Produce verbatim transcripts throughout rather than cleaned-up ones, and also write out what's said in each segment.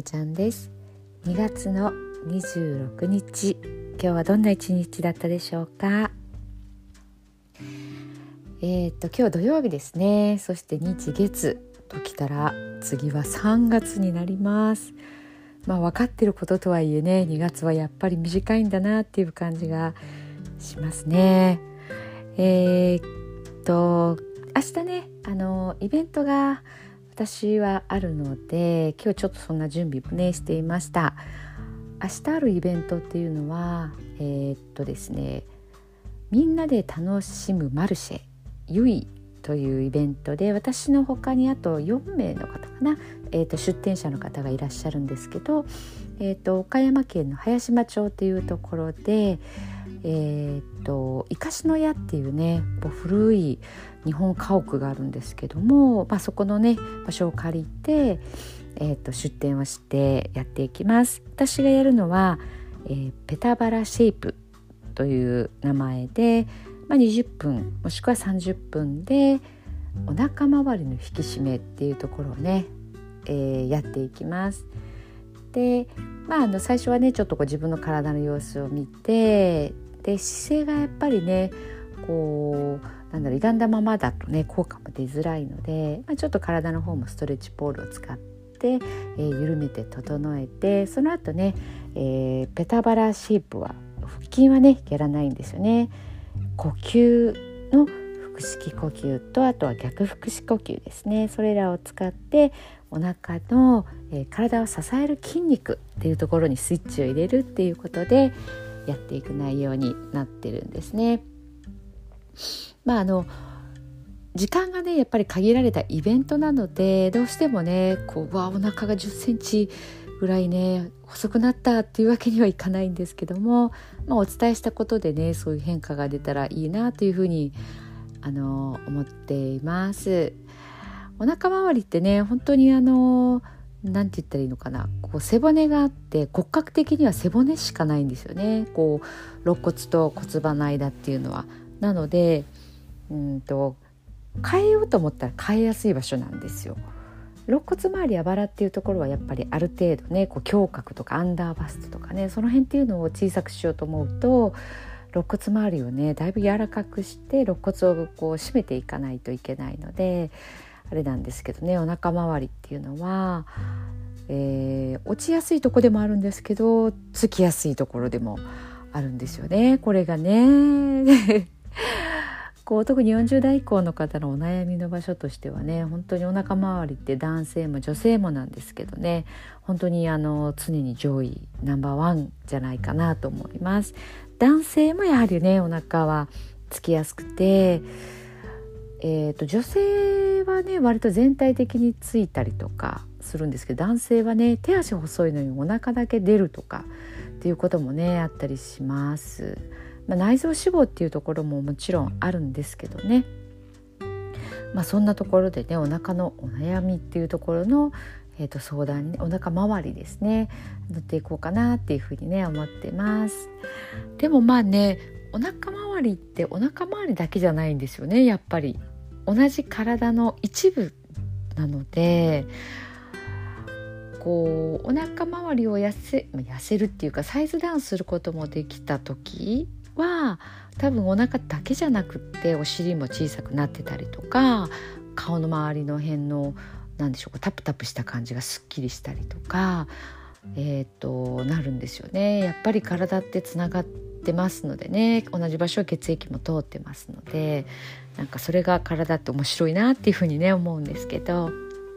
ちゃんです。にがつのにじゅうろくにち、今日はどんな一日だったでしょうか。えー、っと今日土曜日ですね。そして日月ときたら次はさんがつになります。まあ分かってることとはいえね、にがつはやっぱり短いんだなっていう感じがしますね。えー、っと明日ね、あのイベントが私はあるので、今日ちょっとそんな準備もねしていました。明日あるイベントっていうのはえー、っとですねみんなで楽しむマルシェユイというイベントで、私の他にあとよんめいの方かな、えー、っと出店者の方がいらっしゃるんですけど、えー、っと岡山県の早島町というところで、えー、っといかしの屋っていうね古い日本家屋があるんですけども、まあ、そこのね場所を借りて、えー、っと出店をしてやっていきます。私がやるのは、えー、ペタバラシェイプという名前で、まあ、にじゅっぷんもしくはさんじゅっぷんでお腹周りの引き締めっていうところをね、えー、やっていきます。で、まあ、あの最初はねちょっとこう自分の体の様子を見て、で姿勢がやっぱりねこうなんだろう歪んだままだとね効果も出づらいので、まあ、ちょっと体の方もストレッチポールを使って、えー、緩めて整えて、その後ね、えー、ペタバラシェイプは腹筋はねやらないんですよね。呼吸の腹式呼吸と、あとは逆腹式呼吸ですね。それらを使ってお腹の、えー、体を支える筋肉っていうところにスイッチを入れるっていうことでやっていく内容になってるんですね。まああの時間がねやっぱり限られたイベントなので、どうしてもねこうわお腹がじゅっセンチぐらいね細くなったっていうわけにはいかないんですけども、まあ、お伝えしたことでねそういう変化が出たらいいなというふうにあの思っています。お腹周りってね本当にあのなんて言ったらいいのかな、こう背骨があって骨格的には背骨しかないんですよね。こう肋骨と骨盤の間っていうのは。なのでうんと変えようと思ったら変えやすい場所なんですよ。肋骨周りあばらっていうところはやっぱりある程度ねこう胸郭とかアンダーバストとかね、その辺っていうのを小さくしようと思うと肋骨周りをねだいぶ柔らかくして肋骨をこう締めていかないといけないのであれなんですけどね、お腹周りっていうのは、えー、落ちやすいところでもあるんですけどつきやすいところでもあるんですよね、これがねこう特によんじゅうだい以降の方のお悩みの場所としてはね、本当にお腹周りって男性も女性もなんですけどね、本当にあの常に上位ナンバーワンじゃないかなと思います。男性もやはりねお腹はつきやすくて、えーと、女性はね割と全体的についたりとかするんですけど、男性はね手足細いのにお腹だけ出るとかっていうこともねあったりします。まあ、内臓脂肪っていうところももちろんあるんですけどね、まあ、そんなところでねお腹のお悩みっていうところの、えーと相談にお腹周りですね乗っていこうかなっていうふうにね思ってます。でもまあねお腹周りってお腹周りだけじゃないんですよね。やっぱり同じ体の一部なので、こうお腹周りを痩せ、痩せるっていうかサイズダウンすることもできた時は多分お腹だけじゃなくってお尻も小さくなってたりとか、顔の周りの辺のなんでしょうタプタプした感じがすっきりしたりとか、えー、となるんですよね。やっぱり体ってつながってますのでね、同じ場所は血液も通ってますので、なんかそれが体って面白いなっていうふうにね思うんですけど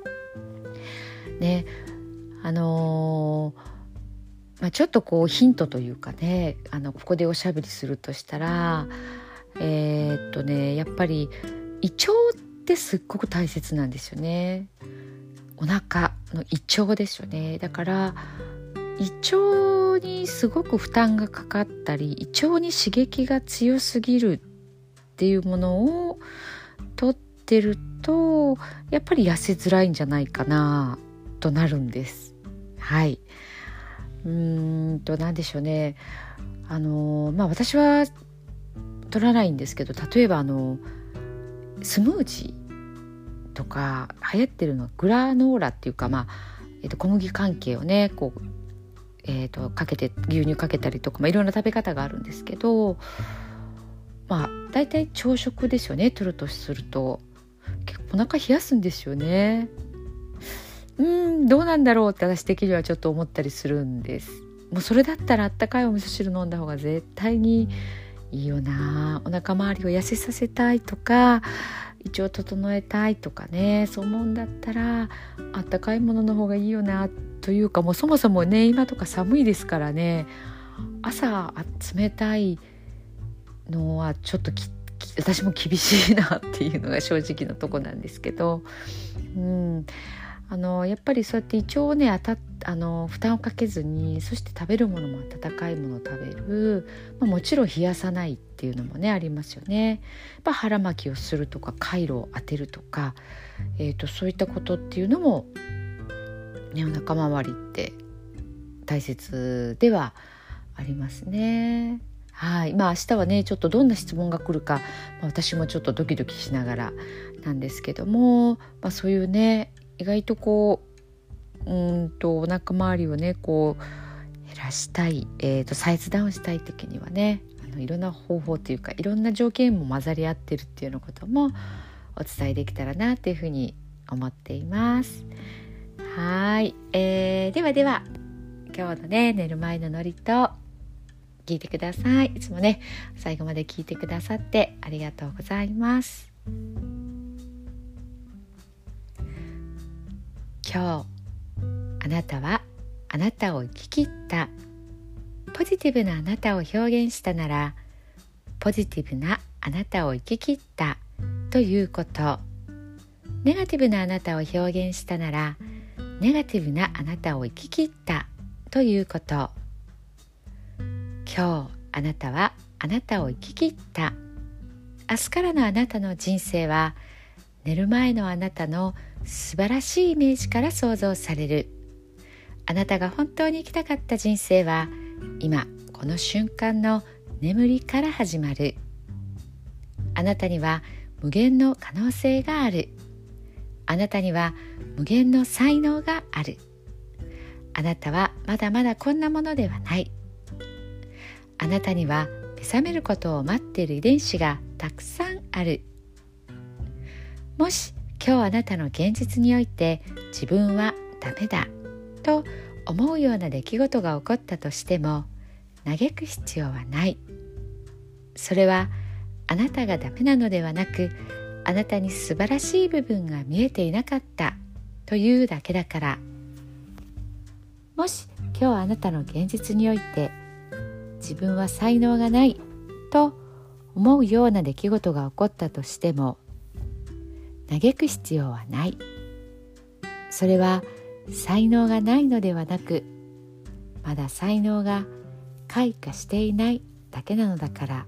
ね、あのーまあ、ちょっとこうヒントというかね、あのここでおしゃべりするとしたらえー、っとねやっぱり胃腸ってすっごく大切なんですよね。お腹の胃腸ですよね。だから胃腸にすごく負担がかかったり、胃腸に刺激が強すぎるっていうものを取ってるとやっぱり痩せづらいんじゃないかなとなるんです。はい。うーんと何でしょうね、あのまあ私は取らないんですけど、例えばあのスムージーとか流行ってるのはグラノーラっていうか、まあえー、と小麦関係をねこう、えー、とかけて牛乳かけたりとか、まあ、いろんな食べ方があるんですけど、まあだいたい朝食ですよね。取るとすると結構お腹冷やすんですよね。うーんどうなんだろうって私的にはちょっと思ったりするんです。もうそれだったらあったかいお味噌汁飲んだ方が絶対にいいよな。お腹周りを痩せさせたいとか胃腸整えたいとかね、そう思うんだったらあったかいものの方がいいよな。というかもうそもそもね今とか寒いですからね、朝冷たいのはちょっとき私も厳しいなっていうのが正直なとこなんですけど、うん、あのやっぱりそうやって胃腸をねあたあの負担をかけずに、そして食べるものも温かいものを食べる、まあ、もちろん冷やさないっていうのもねありますよね。やっぱ腹巻きをするとかカイロを当てるとか、えーと、そういったことっていうのも、ね、お腹周りって大切ではありますね。はい、まあ明日はねちょっとどんな質問が来るか、まあ、私もちょっとドキドキしながらなんですけども、まあ、そういうね意外とこううんとお腹周りをねこう減らしたい、えーとサイズダウンしたい時にはねあのいろんな方法というかいろんな条件も混ざり合ってるっていうようなこともお伝えできたらなっていうふうに思っています。はい、えー、ではでは今日のね寝る前のノリと聞いてください。いつもね最後まで聞いてくださってありがとうございます。今日あなたはあなたを生き切った。ポジティブなあなたを表現したならポジティブなあなたを生き切ったということ。ネガティブなあなたを表現したならネガティブなあなたを生き切ったということ。今日あなたはあなたを生き切った。明日からのあなたの人生は寝る前のあなたの素晴らしいイメージから想像される。あなたが本当に生きたかった人生は今この瞬間の眠りから始まる。あなたには無限の可能性がある。あなたには無限の才能がある。あなたはまだまだこんなものではない。あなたには目覚めることを待っている遺伝子がたくさんある。もし今日あなたの現実において自分はダメだと思うような出来事が起こったとしても嘆く必要はない。それはあなたがダメなのではなく、あなたに素晴らしい部分が見えていなかったというだけだから。もし今日あなたの現実において自分は才能がないと思うような出来事が起こったとしても嘆く必要はない。それは才能がないのではなく、まだ才能が開花していないだけなのだから。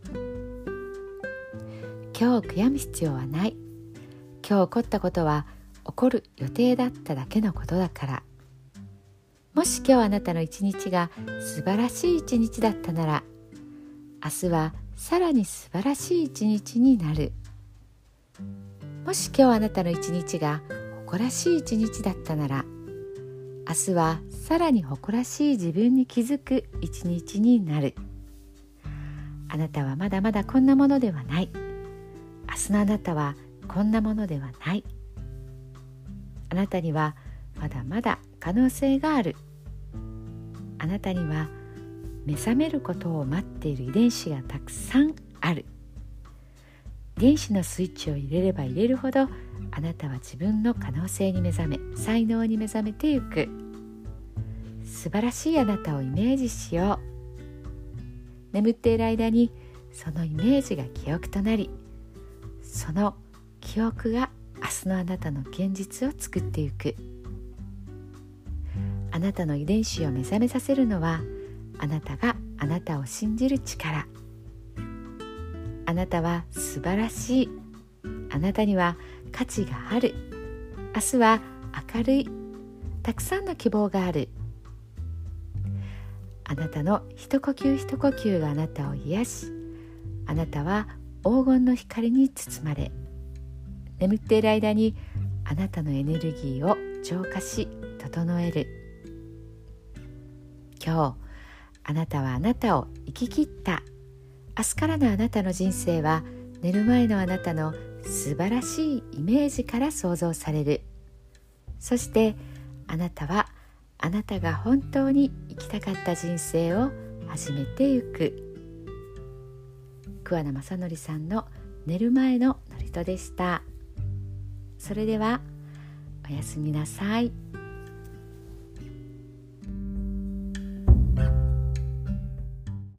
今日悔やむ必要はない。今日起こったことは起こる予定だっただけのことだから。もし今日あなたの一日が素晴らしい一日だったなら、明日はさらに素晴らしい一日になる。もし今日あなたの一日が誇らしい一日だったなら、明日はさらに誇らしい自分に気づく一日になる。あなたはまだまだこんなものではない。明日のあなたはこんなものではない。あなたにはまだまだ可能性がある。あなたには目覚めることを待っている遺伝子がたくさんある。遺伝子のスイッチを入れれば入れるほど、あなたは自分の可能性に目覚め、才能に目覚めてゆく。素晴らしいあなたをイメージしよう。眠っている間にそのイメージが記憶となり、その記憶が明日のあなたの現実を作っていく。あなたの遺伝子を目覚めさせるのは、あなたがあなたを信じる力。あなたは素晴らしい。あなたには価値がある。明日は明るい。たくさんの希望がある。あなたの一呼吸一呼吸があなたを癒し、あなたは黄金の光に包まれ、眠っている間にあなたのエネルギーを浄化し整える。今日あなたはあなたを生き切った。明日からのあなたの人生は寝る前のあなたの素晴らしいイメージから想像される。そしてあなたはあなたが本当に生きたかった人生を始めてゆく。桑名正則さんの寝る前の祝詞でした。それではおやすみなさい。